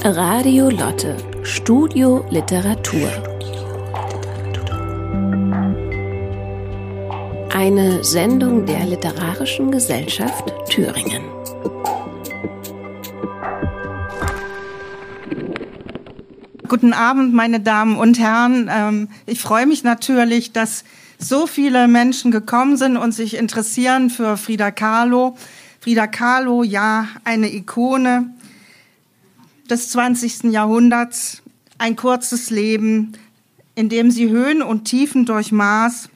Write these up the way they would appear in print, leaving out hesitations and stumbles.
Radio Lotte, Studio Literatur. Eine Sendung der Literarischen Gesellschaft Thüringen. Guten Abend, meine Damen und Herren. Ich freue mich natürlich, dass so viele Menschen gekommen sind und sich interessieren für Frida Kahlo. Frida Kahlo, ja, eine Ikone des 20. Jahrhunderts, ein kurzes Leben, in dem sie Höhen und Tiefen durchmaß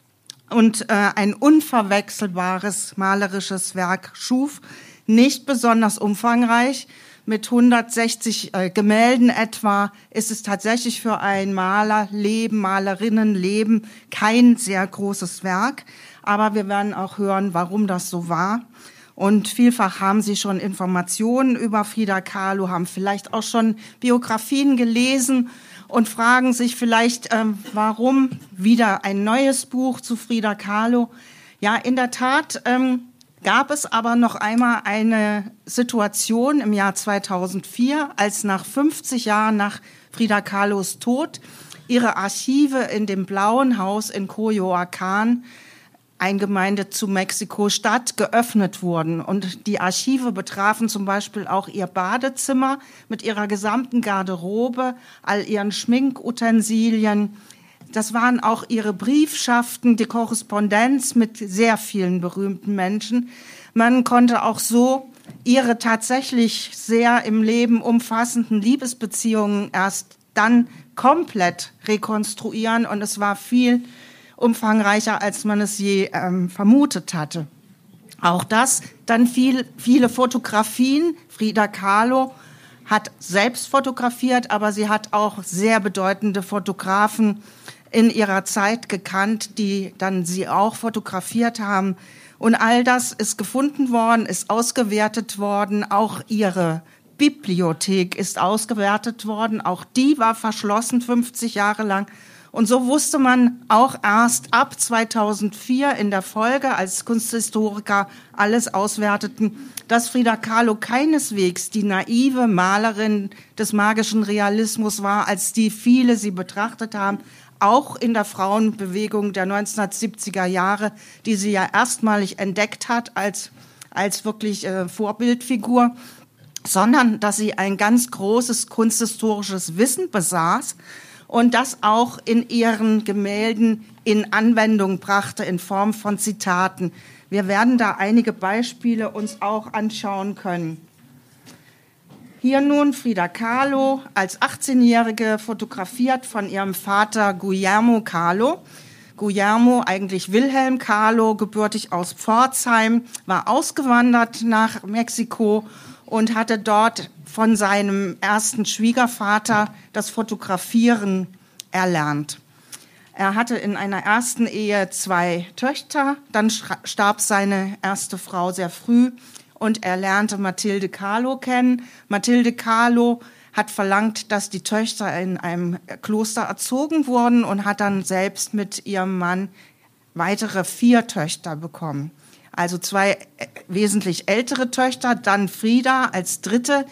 und ein unverwechselbares malerisches Werk schuf, nicht besonders umfangreich. Mit 160 Gemälden etwa ist es tatsächlich für ein Malerleben, Malerinnenleben kein sehr großes Werk. Aber wir werden auch hören, warum das so war. Und vielfach haben Sie schon Informationen über Frida Kahlo, haben vielleicht auch schon Biografien gelesen und fragen sich vielleicht, warum wieder ein neues Buch zu Frida Kahlo. Ja, in der Tat gab es aber noch einmal eine Situation im Jahr 2004, als nach 50 Jahren nach Frida Kahlos Tod ihre Archive in dem Blauen Haus in Coyoacán, Eingemeinde zu Mexiko-Stadt, geöffnet wurden. Und die Archive betrafen zum Beispiel auch ihr Badezimmer mit ihrer gesamten Garderobe, all ihren Schminkutensilien. Das waren auch ihre Briefschaften, die Korrespondenz mit sehr vielen berühmten Menschen. Man konnte auch so ihre tatsächlich sehr im Leben umfassenden Liebesbeziehungen erst dann komplett rekonstruieren. Und es war viel umfangreicher, als man es je vermutet hatte. Auch das, dann viele Fotografien. Frida Kahlo hat selbst fotografiert, aber sie hat auch sehr bedeutende Fotografen in ihrer Zeit gekannt, die dann sie auch fotografiert haben. Und all das ist gefunden worden, ist ausgewertet worden. Auch ihre Bibliothek ist ausgewertet worden. Auch die war verschlossen 50 Jahre lang. Und so wusste man auch erst ab 2004 in der Folge, als Kunsthistoriker alles auswerteten, dass Frida Kahlo keineswegs die naive Malerin des magischen Realismus war, als die viele sie betrachtet haben, auch in der Frauenbewegung der 1970er Jahre, die sie ja erstmalig entdeckt hat als wirklich Vorbildfigur, sondern dass sie ein ganz großes kunsthistorisches Wissen besaß und das auch in ihren Gemälden in Anwendung brachte in Form von Zitaten. Wir werden da einige Beispiele uns auch anschauen können. Hier nun Frida Kahlo als 18-Jährige fotografiert von ihrem Vater Guillermo Kahlo. Guillermo, eigentlich Wilhelm Kahlo, gebürtig aus Pforzheim, war ausgewandert nach Mexiko und hatte dort von seinem ersten Schwiegervater das Fotografieren erlernt. Er hatte in einer ersten Ehe 2 Töchter, dann starb seine erste Frau sehr früh und er lernte Mathilde Kahlo kennen. Mathilde Kahlo hat verlangt, dass die Töchter in einem Kloster erzogen wurden und hat dann selbst mit ihrem Mann weitere 4 Töchter bekommen. Also 2 wesentlich ältere Töchter, dann Frida als dritte,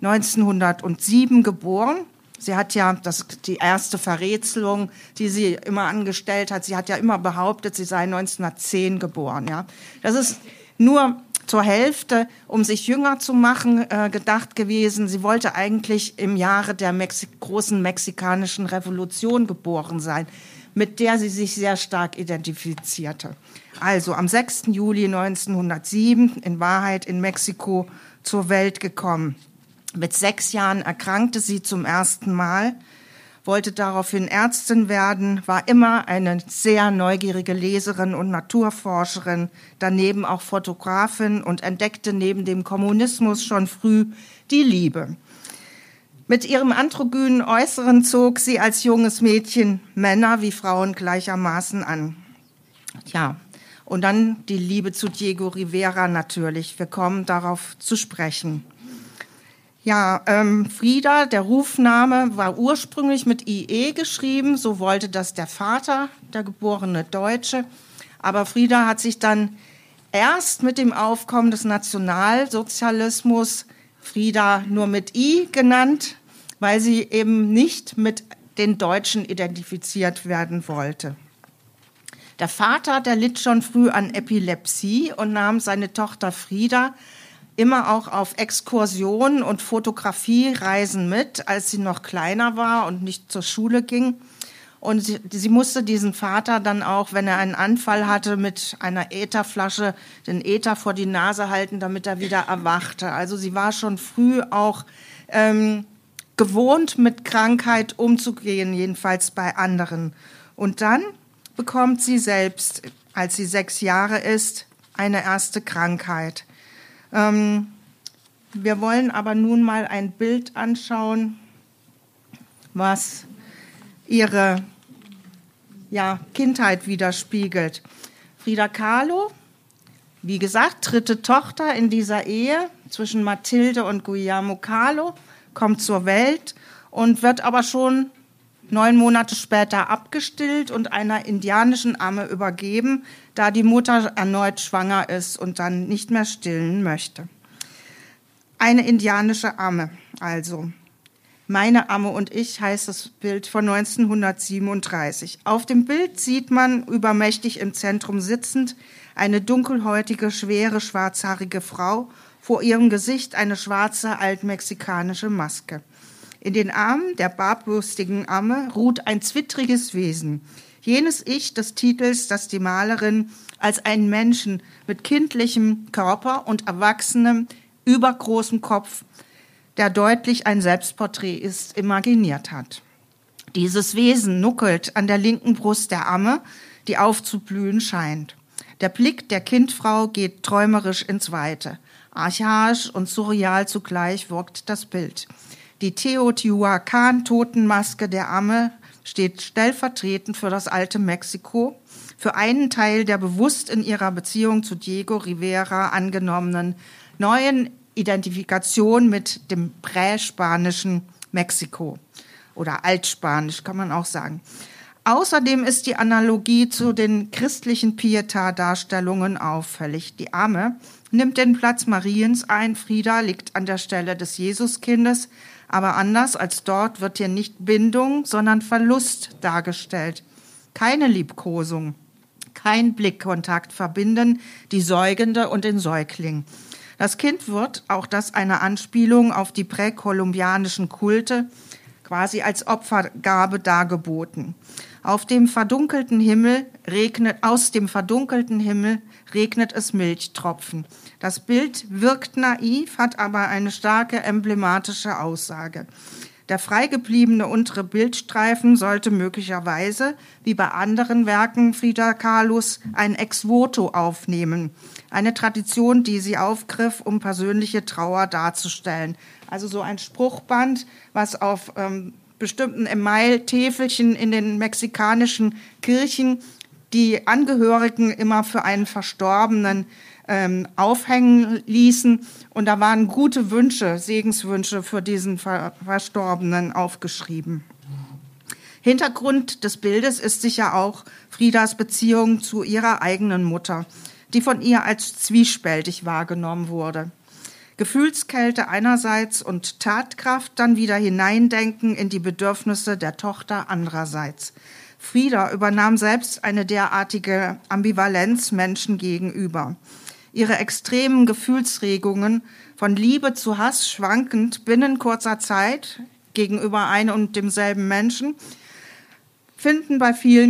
1907 geboren. Sie hat ja die erste Verrätselung, die sie immer angestellt hat. Sie hat ja immer behauptet, sie sei 1910 geboren. Ja, das ist nur zur Hälfte, um sich jünger zu machen, gedacht gewesen. Sie wollte eigentlich im Jahre der großen mexikanischen Revolution geboren sein, mit der sie sich sehr stark identifizierte. Also am 6. Juli 1907 in Wahrheit in Mexiko zur Welt gekommen. Mit 6 Jahren erkrankte sie zum ersten Mal, wollte daraufhin Ärztin werden, war immer eine sehr neugierige Leserin und Naturforscherin, daneben auch Fotografin und entdeckte neben dem Kommunismus schon früh die Liebe. Mit ihrem androgynen Äußeren zog sie als junges Mädchen Männer wie Frauen gleichermaßen an. Ja, und dann die Liebe zu Diego Rivera natürlich. Wir kommen darauf zu sprechen. Ja, Frida, der Rufname, war ursprünglich mit IE geschrieben, so wollte das der Vater, der geborene Deutsche. Aber Frida hat sich dann erst mit dem Aufkommen des Nationalsozialismus Frida nur mit I genannt, weil sie eben nicht mit den Deutschen identifiziert werden wollte. Der Vater, der litt schon früh an Epilepsie und nahm seine Tochter Frida immer auch auf Exkursionen und Fotografiereisen mit, als sie noch kleiner war und nicht zur Schule ging. Und sie musste diesen Vater dann auch, wenn er einen Anfall hatte, mit einer Ätherflasche den Äther vor die Nase halten, damit er wieder erwachte. Also sie war schon früh auch gewohnt, mit Krankheit umzugehen, jedenfalls bei anderen. Und dann bekommt sie selbst, als sie 6 Jahre ist, eine erste Krankheit. Wir wollen aber nun mal ein Bild anschauen, was ihre Kindheit widerspiegelt. Frida Kahlo, wie gesagt, 3. Tochter in dieser Ehe zwischen Mathilde und Guillermo Kahlo, kommt zur Welt und wird aber schon 9 Monate später abgestillt und einer indianischen Amme übergeben, da die Mutter erneut schwanger ist und dann nicht mehr stillen möchte. Eine indianische Amme, also. Meine Amme und ich heißt das Bild von 1937. Auf dem Bild sieht man übermächtig im Zentrum sitzend eine dunkelhäutige, schwere, schwarzhaarige Frau, vor ihrem Gesicht eine schwarze, altmexikanische Maske. In den Armen der bartbrüstigen Amme ruht ein zwittriges Wesen, jenes Ich des Titels, das die Malerin als einen Menschen mit kindlichem Körper und erwachsenem, übergroßem Kopf, der deutlich ein Selbstporträt ist, imaginiert hat. Dieses Wesen nuckelt an der linken Brust der Amme, die aufzublühen scheint. Der Blick der Kindfrau geht träumerisch ins Weite. Archaisch und surreal zugleich wirkt das Bild. Die Teotihuacan-Totenmaske der Amme steht stellvertretend für das alte Mexiko, für einen Teil der bewusst in ihrer Beziehung zu Diego Rivera angenommenen neuen Identifikation mit dem präspanischen Mexiko oder altspanisch, kann man auch sagen. Außerdem ist die Analogie zu den christlichen Pietà-Darstellungen auffällig. Die Amme nimmt den Platz Mariens ein, Frida liegt an der Stelle des Jesuskindes, aber anders als dort wird hier nicht Bindung, sondern Verlust dargestellt. Keine Liebkosung, kein Blickkontakt verbinden die Säugende und den Säugling. Das Kind wird, auch das eine Anspielung auf die präkolumbianischen Kulte, quasi als Opfergabe dargeboten. Aus dem verdunkelten Himmel regnet es Milchtropfen. Das Bild wirkt naiv, hat aber eine starke emblematische Aussage. Der freigebliebene untere Bildstreifen sollte möglicherweise, wie bei anderen Werken Frida Kahlos, ein Ex voto aufnehmen. Eine Tradition, die sie aufgriff, um persönliche Trauer darzustellen. Also so ein Spruchband, was auf bestimmten Email-Täfelchen in den mexikanischen Kirchen die Angehörigen immer für einen Verstorbenen aufhängen ließen. Und da waren gute Wünsche, Segenswünsche für diesen Verstorbenen aufgeschrieben. Hintergrund des Bildes ist sicher auch Fridas Beziehung zu ihrer eigenen Mutter, die von ihr als zwiespältig wahrgenommen wurde. Gefühlskälte einerseits und Tatkraft, dann wieder hineindenken in die Bedürfnisse der Tochter andererseits. Frida übernahm selbst eine derartige Ambivalenz Menschen gegenüber. Ihre extremen Gefühlsregungen von Liebe zu Hass schwankend binnen kurzer Zeit gegenüber einem und demselben Menschen finden bei vielen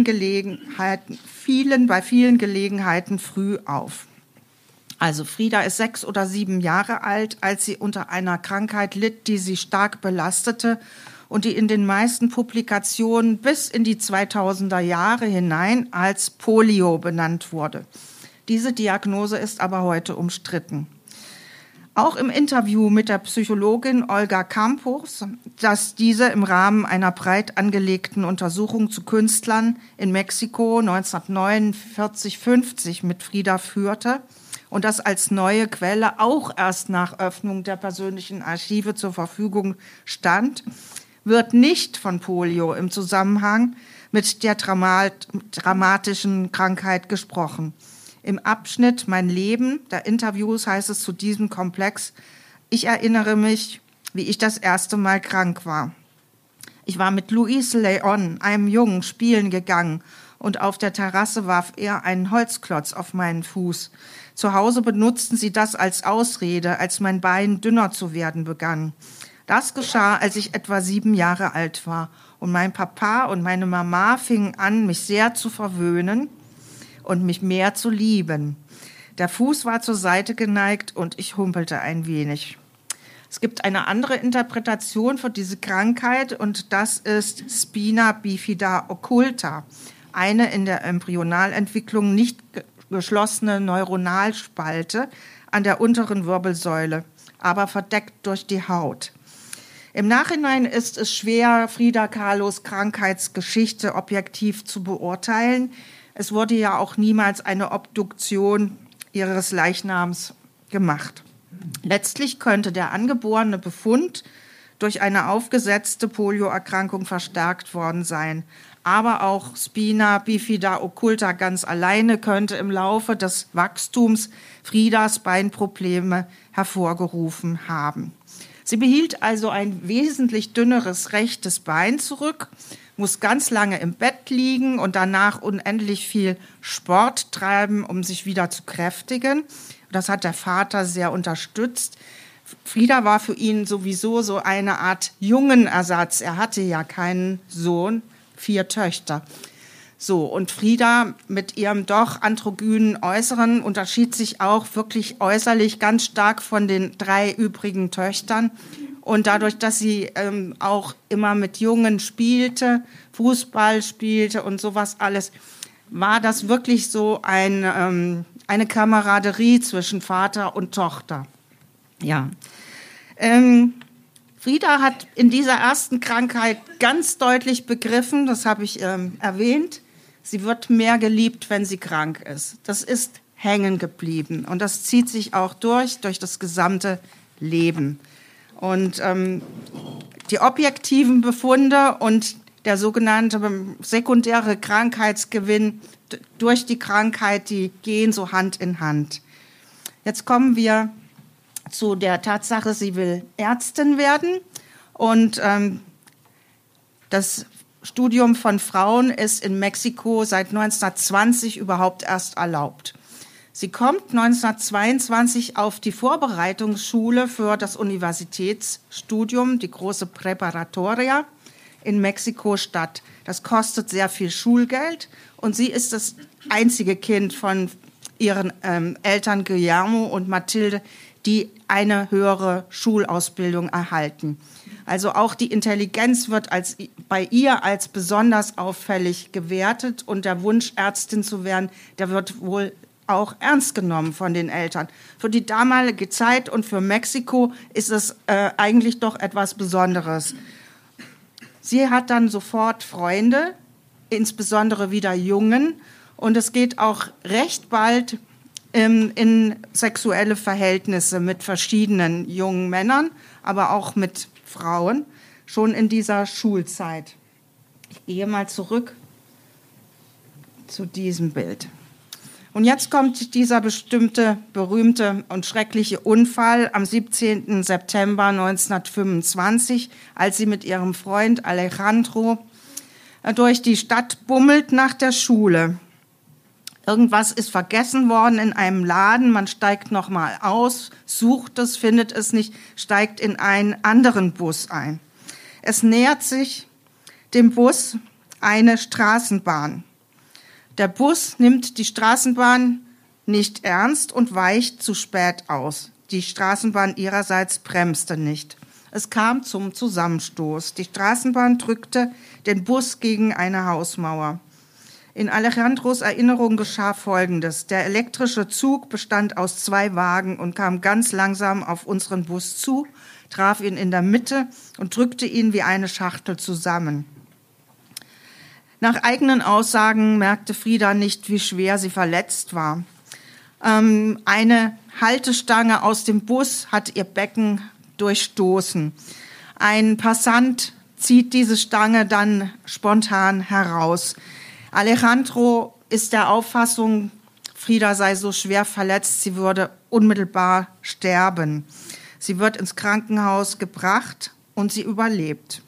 Gelegenheiten früh auf. Also Frida ist 6 oder 7 Jahre alt, als sie unter einer Krankheit litt, die sie stark belastete und die in den meisten Publikationen bis in die 2000er Jahre hinein als Polio benannt wurde. Diese Diagnose ist aber heute umstritten. Auch im Interview mit der Psychologin Olga Campos, das diese im Rahmen einer breit angelegten Untersuchung zu Künstlern in Mexiko 1949-50 mit Frida führte und das als neue Quelle auch erst nach Öffnung der persönlichen Archive zur Verfügung stand, wird nicht von Polio im Zusammenhang mit der dramatischen Krankheit gesprochen. Im Abschnitt Mein Leben der Interviews heißt es zu diesem Komplex, Ich erinnere mich, wie ich das erste Mal krank war. Ich war mit Luis Leon, einem Jungen, spielen gegangen und auf der Terrasse warf er einen Holzklotz auf meinen Fuß. Zu Hause benutzten sie das als Ausrede, als mein Bein dünner zu werden begann. Das geschah, als ich etwa 7 Jahre alt war und mein Papa und meine Mama fingen an, mich sehr zu verwöhnen und mich mehr zu lieben. Der Fuß war zur Seite geneigt und ich humpelte ein wenig. Es gibt eine andere Interpretation für diese Krankheit und das ist Spina bifida occulta, eine in der Embryonalentwicklung nicht geschlossene Neuronalspalte an der unteren Wirbelsäule, aber verdeckt durch die Haut. Im Nachhinein ist es schwer, Frida Kahlos Krankheitsgeschichte objektiv zu beurteilen. Es wurde ja auch niemals eine Obduktion ihres Leichnams gemacht. Letztlich könnte der angeborene Befund durch eine aufgesetzte Polioerkrankung verstärkt worden sein. Aber auch Spina bifida occulta ganz alleine könnte im Laufe des Wachstums Fridas Beinprobleme hervorgerufen haben. Sie behielt also ein wesentlich dünneres rechtes Bein zurück, muss ganz lange im Bett liegen und danach unendlich viel Sport treiben, um sich wieder zu kräftigen. Das hat der Vater sehr unterstützt. Frida war für ihn sowieso so eine Art Jungenersatz. Er hatte ja keinen Sohn, 4 Töchter. So, und Frida mit ihrem doch androgynen Äußeren unterschied sich auch wirklich äußerlich ganz stark von den 3 übrigen Töchtern. Und dadurch, dass sie auch immer mit Jungen spielte, Fußball spielte und sowas alles, war das wirklich so eine Kameraderie zwischen Vater und Tochter. Ja. Frida hat in dieser ersten Krankheit ganz deutlich begriffen, das habe ich erwähnt, sie wird mehr geliebt, wenn sie krank ist. Das ist hängen geblieben und das zieht sich auch durch das gesamte Leben. Und die objektiven Befunde und der sogenannte sekundäre Krankheitsgewinn durch die Krankheit, die gehen so Hand in Hand. Jetzt kommen wir zu der Tatsache, sie will Ärztin werden und das Studium von Frauen ist in Mexiko seit 1920 überhaupt erst erlaubt. Sie kommt 1922 auf die Vorbereitungsschule für das Universitätsstudium, die große Preparatoria in Mexiko-Stadt. Das kostet sehr viel Schulgeld und sie ist das einzige Kind von ihren Eltern Guillermo und Mathilde, die eine höhere Schulausbildung erhalten. Also auch die Intelligenz wird bei ihr als besonders auffällig gewertet und der Wunsch, Ärztin zu werden, der wird wohl auch ernst genommen von den Eltern. Für die damalige Zeit und für Mexiko ist es eigentlich doch etwas Besonderes. Sie hat dann sofort Freunde, insbesondere wieder Jungen, und es geht auch recht bald in sexuelle Verhältnisse mit verschiedenen jungen Männern, aber auch mit Frauen, schon in dieser Schulzeit. Ich gehe mal zurück zu diesem Bild. Und jetzt kommt dieser bestimmte, berühmte und schreckliche Unfall am 17. September 1925, als sie mit ihrem Freund Alejandro durch die Stadt bummelt nach der Schule. Irgendwas ist vergessen worden in einem Laden, man steigt nochmal aus, sucht es, findet es nicht, steigt in einen anderen Bus ein. Es nähert sich dem Bus eine Straßenbahn. Der Bus nimmt die Straßenbahn nicht ernst und weicht zu spät aus. Die Straßenbahn ihrerseits bremste nicht. Es kam zum Zusammenstoß. Die Straßenbahn drückte den Bus gegen eine Hausmauer. In Alejandros Erinnerung geschah Folgendes. Der elektrische Zug bestand aus 2 Wagen und kam ganz langsam auf unseren Bus zu, traf ihn in der Mitte und drückte ihn wie eine Schachtel zusammen. Nach eigenen Aussagen merkte Frida nicht, wie schwer sie verletzt war. Eine Haltestange aus dem Bus hat ihr Becken durchstoßen. Ein Passant zieht diese Stange dann spontan heraus. Alejandro ist der Auffassung, Frida sei so schwer verletzt, sie würde unmittelbar sterben. Sie wird ins Krankenhaus gebracht und sie überlebt.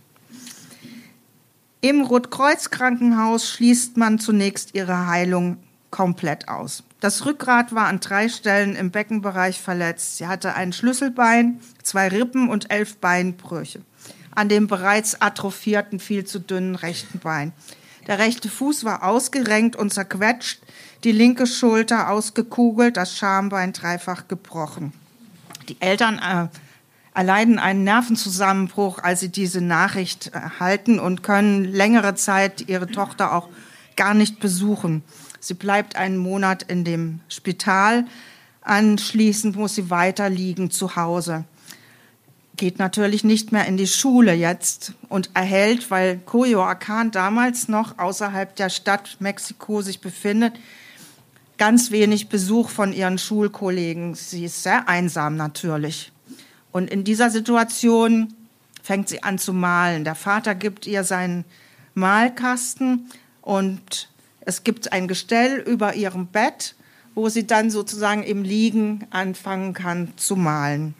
Im Rotkreuz-Krankenhaus schließt man zunächst ihre Heilung komplett aus. Das Rückgrat war an 3 Stellen im Beckenbereich verletzt. Sie hatte ein Schlüsselbein, 2 Rippen und 11 Beinbrüche an dem bereits atrophierten, viel zu dünnen rechten Bein. Der rechte Fuß war ausgerenkt und zerquetscht, die linke Schulter ausgekugelt, das Schambein dreifach gebrochen. Die Eltern erleiden einen Nervenzusammenbruch, als sie diese Nachricht erhalten und können längere Zeit ihre Tochter auch gar nicht besuchen. Sie bleibt einen Monat in dem Spital, anschließend muss sie weiter liegen zu Hause. Geht natürlich nicht mehr in die Schule jetzt und erhält, weil Coyoacán damals noch außerhalb der Stadt Mexiko sich befindet, ganz wenig Besuch von ihren Schulkollegen. Sie ist sehr einsam natürlich. Und in dieser Situation fängt sie an zu malen. Der Vater gibt ihr seinen Malkasten und es gibt ein Gestell über ihrem Bett, wo sie dann sozusagen im Liegen anfangen kann zu malen.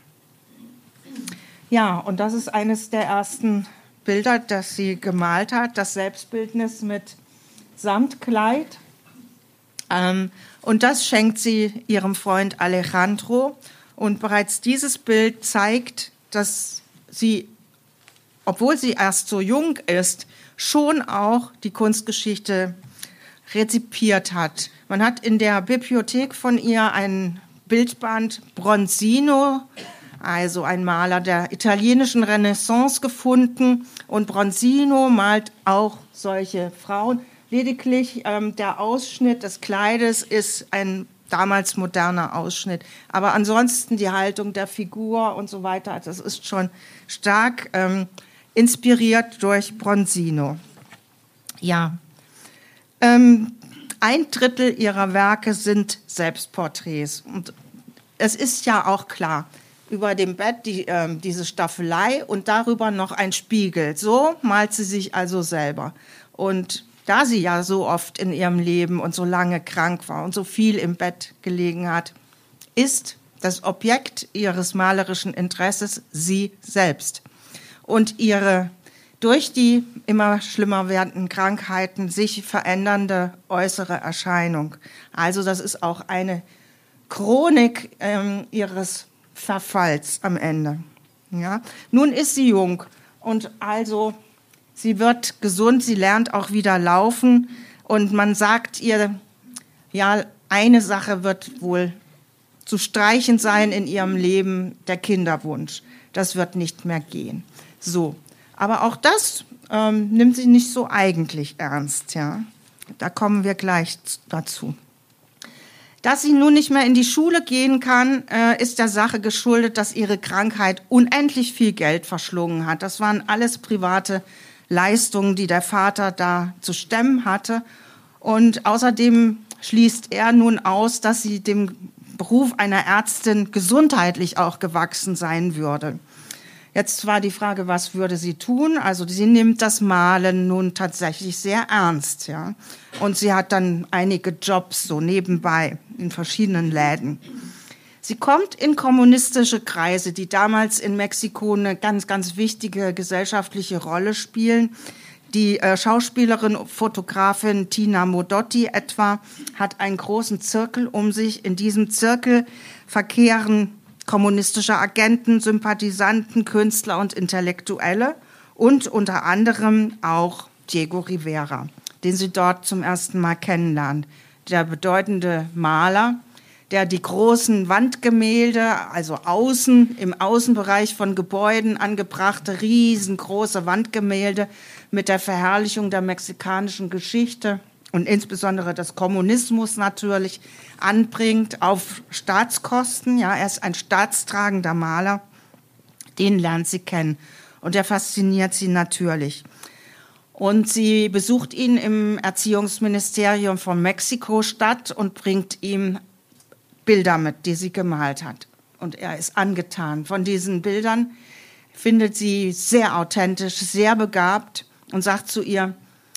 Ja, und das ist eines der ersten Bilder, das sie gemalt hat, das Selbstbildnis mit Samtkleid. Und das schenkt sie ihrem Freund Alejandro. Und bereits dieses Bild zeigt, dass sie, obwohl sie erst so jung ist, schon auch die Kunstgeschichte rezipiert hat. Man hat in der Bibliothek von ihr ein Bildband Bronzino, also ein Maler der italienischen Renaissance, gefunden. Und Bronzino malt auch solche Frauen. Lediglich der Ausschnitt des Kleides ist ein damals moderner Ausschnitt. Aber ansonsten die Haltung der Figur und so weiter, das ist schon stark inspiriert durch Bronzino. Ja, 1/3 ihrer Werke sind Selbstporträts. Und es ist ja auch klar, über dem Bett diese Staffelei und darüber noch ein Spiegel. So malt sie sich also selber. Und da sie ja so oft in ihrem Leben und so lange krank war und so viel im Bett gelegen hat, ist das Objekt ihres malerischen Interesses sie selbst. Und ihre durch die immer schlimmer werdenden Krankheiten sich verändernde äußere Erscheinung. Also das ist auch eine Chronik ihres Verfalls am Ende. Ja. Nun ist sie jung und also sie wird gesund, sie lernt auch wieder laufen und man sagt ihr, ja, eine Sache wird wohl zu streichen sein in ihrem Leben, der Kinderwunsch. Das wird nicht mehr gehen. So, aber auch das nimmt sie nicht so eigentlich ernst. Ja. Da kommen wir gleich dazu. Dass sie nun nicht mehr in die Schule gehen kann, ist der Sache geschuldet, dass ihre Krankheit unendlich viel Geld verschlungen hat. Das waren alles private Leistungen, die der Vater da zu stemmen hatte. Und außerdem schließt er nun aus, dass sie dem Beruf einer Ärztin gesundheitlich auch gewachsen sein würde. Jetzt war die Frage, was würde sie tun? Also sie nimmt das Malen nun tatsächlich sehr ernst, ja. Und sie hat dann einige Jobs so nebenbei in verschiedenen Läden. Sie kommt in kommunistische Kreise, die damals in Mexiko eine ganz, ganz wichtige gesellschaftliche Rolle spielen. Die Schauspielerin, Fotografin Tina Modotti etwa hat einen großen Zirkel um sich. In diesem Zirkel verkehren kommunistische Agenten, Sympathisanten, Künstler und Intellektuelle und unter anderem auch Diego Rivera, den sie dort zum ersten Mal kennenlernt. Der bedeutende Maler, der die großen Wandgemälde, also im Außenbereich von Gebäuden angebrachte riesengroße Wandgemälde mit der Verherrlichung der mexikanischen Geschichte und insbesondere des Kommunismus natürlich anbringt auf Staatskosten. Ja, er ist ein staatstragender Maler, den lernt sie kennen und der fasziniert sie natürlich. Und sie besucht ihn im Erziehungsministerium von Mexiko-Stadt und bringt ihm Bilder mit, die sie gemalt hat. Und er ist angetan von diesen Bildern, findet sie sehr authentisch, sehr begabt und sagt zu ihr,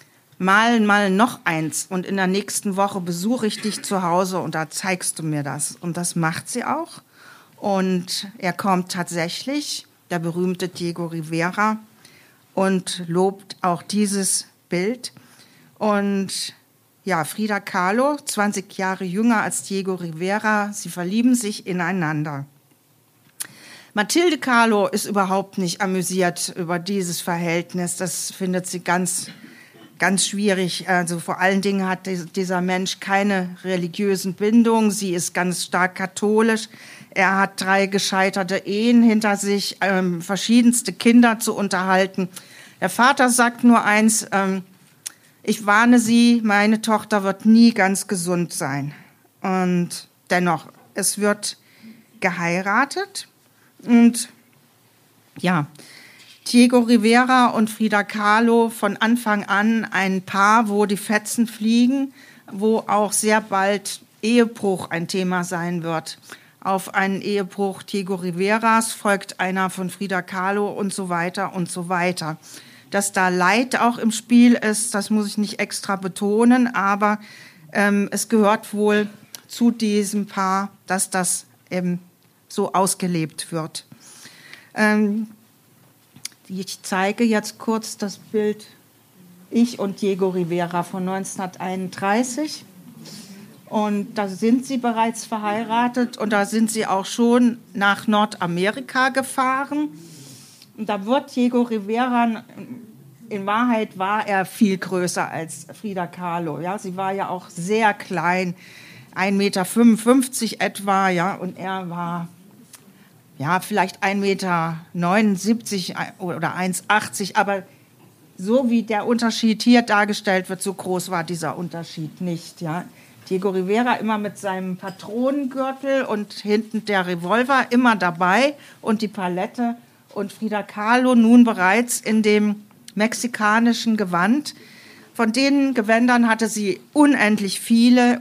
mal noch eins und in der nächsten Woche besuche ich dich zu Hause und da zeigst du mir das. Und das macht sie auch. Und er kommt tatsächlich, der berühmte Diego Rivera, und lobt auch dieses Bild. Und ja, Frida Kahlo, 20 Jahre jünger als Diego Rivera, sie verlieben sich ineinander. Mathilde Kahlo ist überhaupt nicht amüsiert über dieses Verhältnis. Das findet sie ganz, ganz schwierig. Also vor allen Dingen hat dieser Mensch keine religiösen Bindungen. Sie ist ganz stark katholisch. Er hat 3 gescheiterte Ehen hinter sich, verschiedenste Kinder zu unterhalten. Der Vater sagt nur eins, ich warne Sie, meine Tochter wird nie ganz gesund sein. Und dennoch, es wird geheiratet. Und ja, Diego Rivera und Frida Kahlo von Anfang an ein Paar, wo die Fetzen fliegen, wo auch sehr bald Ehebruch ein Thema sein wird. Auf einen Ehebruch Diego Riveras folgt einer von Frida Kahlo und so weiter und so weiter. Dass da Leid auch im Spiel ist, das muss ich nicht extra betonen, aber es gehört wohl zu diesem Paar, dass das eben so ausgelebt wird. Ich zeige jetzt kurz das Bild Ich und Diego Rivera von 1931. Und da sind sie bereits verheiratet und da sind sie auch schon nach Nordamerika gefahren. Und da wird Diego Rivera, in Wahrheit war er viel größer als Frida Kahlo. Ja? Sie war ja auch sehr klein, 1,55 Meter etwa, ja? Und er war ja vielleicht 1,79 Meter oder 1,80 Meter, aber so wie der Unterschied hier dargestellt wird, so groß war dieser Unterschied nicht. Ja? Diego Rivera immer mit seinem Patronengürtel und hinten der Revolver immer dabei und die Palette. Und Frida Kahlo nun bereits in dem mexikanischen Gewand. Von den Gewändern hatte sie unendlich viele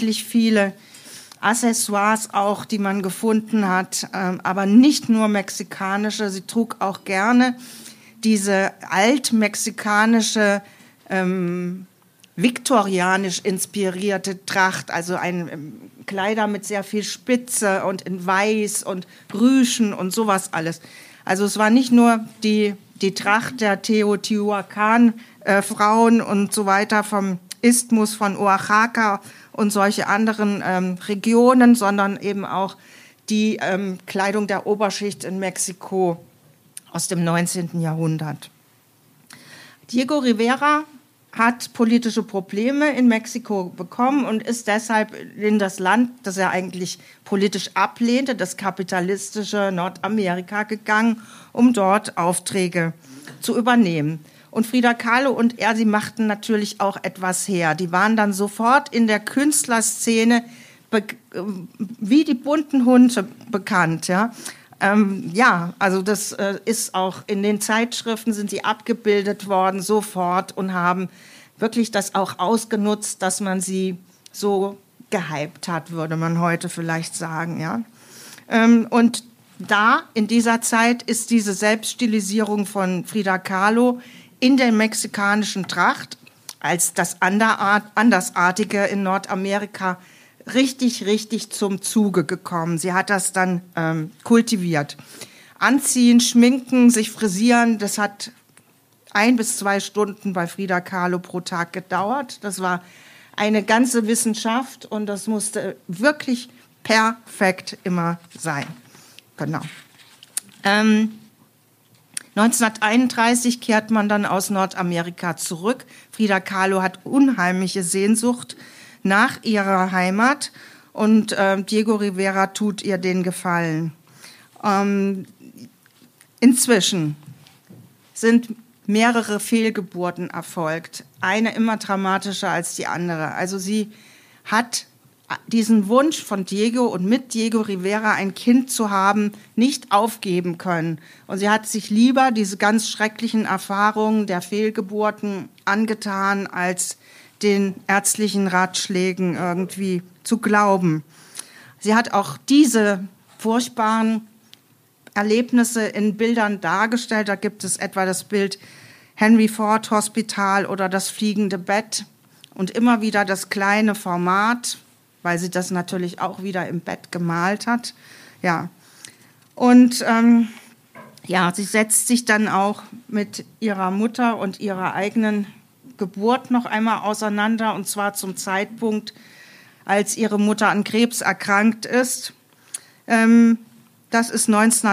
Accessoires auch, die man gefunden hat, aber nicht nur mexikanische. Sie trug auch gerne diese altmexikanische, viktorianisch inspirierte Tracht, also Kleider mit sehr viel Spitze und in Weiß und Rüschen und sowas alles. Also es war nicht nur die Tracht der Teotihuacan-Frauen und so weiter vom Isthmus von Oaxaca und solche anderen Regionen, sondern eben auch die Kleidung der Oberschicht in Mexiko aus dem 19. Jahrhundert. Diego Rivera hat politische Probleme in Mexiko bekommen und ist deshalb in das Land, das er eigentlich politisch ablehnte, das kapitalistische Nordamerika, gegangen, um dort Aufträge zu übernehmen. Und Frida Kahlo und er, sie machten natürlich auch etwas her. Die waren dann sofort in der Künstlerszene wie die bunten Hunde bekannt, ja. Also das ist auch in den Zeitschriften sind sie abgebildet worden sofort und haben wirklich das auch ausgenutzt, dass man sie so gehypt hat, würde man heute vielleicht sagen, ja. Und da in dieser Zeit ist diese Selbststilisierung von Frida Kahlo in der mexikanischen Tracht als das Andersartige in Nordamerika richtig zum Zuge gekommen. Sie hat das dann kultiviert. Anziehen, schminken, sich frisieren, das hat 1 bis 2 Stunden bei Frida Kahlo pro Tag gedauert. Das war eine ganze Wissenschaft und das musste wirklich perfekt immer sein. Genau. 1931 kehrt man dann aus Nordamerika zurück. Frida Kahlo hat unheimliche Sehnsucht nach ihrer Heimat und Diego Rivera tut ihr den Gefallen. Inzwischen sind mehrere Fehlgeburten erfolgt, eine immer dramatischer als die andere. Also sie hat diesen Wunsch von Diego und mit Diego Rivera ein Kind zu haben, nicht aufgeben können. Und sie hat sich lieber diese ganz schrecklichen Erfahrungen der Fehlgeburten angetan, als den ärztlichen Ratschlägen irgendwie zu glauben. Sie hat auch diese furchtbaren Erlebnisse in Bildern dargestellt. Da gibt es etwa das Bild Henry Ford Hospital oder das fliegende Bett und immer wieder das kleine Format, weil sie das natürlich auch wieder im Bett gemalt hat. Ja, Und sie setzt sich dann auch mit ihrer Mutter und ihrer eigenen Geburt noch einmal auseinander, und zwar zum Zeitpunkt, als ihre Mutter an Krebs erkrankt ist. Das ist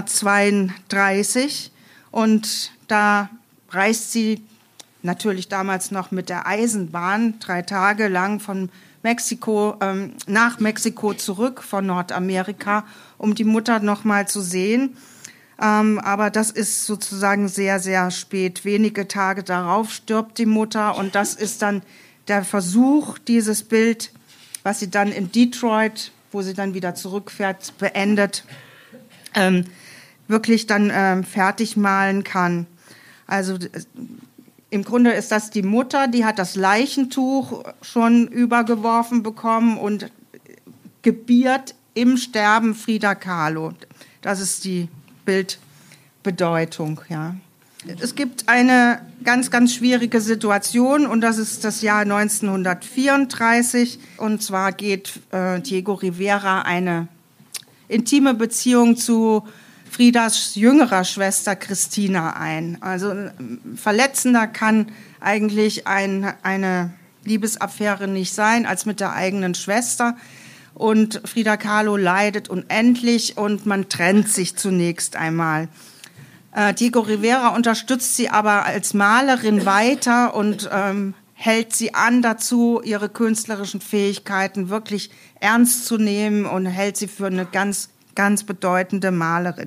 1932 und da reist sie natürlich damals noch mit der Eisenbahn 3 Tage lang von Mexiko nach Mexiko zurück von Nordamerika, um die Mutter noch mal zu sehen. Aber das ist sozusagen sehr, sehr spät. Wenige Tage darauf stirbt die Mutter und das ist dann der Versuch, dieses Bild, was sie dann in Detroit, wo sie dann wieder zurückfährt, beendet, wirklich dann fertig malen kann. Also im Grunde ist das die Mutter, die hat das Leichentuch schon übergeworfen bekommen und gebiert im Sterben Frida Kahlo. Das ist die Bildbedeutung, ja. Es gibt eine ganz, ganz schwierige Situation und das ist das Jahr 1934. Und zwar geht Diego Rivera eine intime Beziehung zu Fridas jüngerer Schwester Christina ein. Also verletzender kann eigentlich eine Liebesaffäre nicht sein als mit der eigenen Schwester. Und Frida Kahlo leidet unendlich und man trennt sich zunächst einmal. Diego Rivera unterstützt sie aber als Malerin weiter und hält sie an dazu, ihre künstlerischen Fähigkeiten wirklich ernst zu nehmen und hält sie für eine ganz, ganz bedeutende Malerin.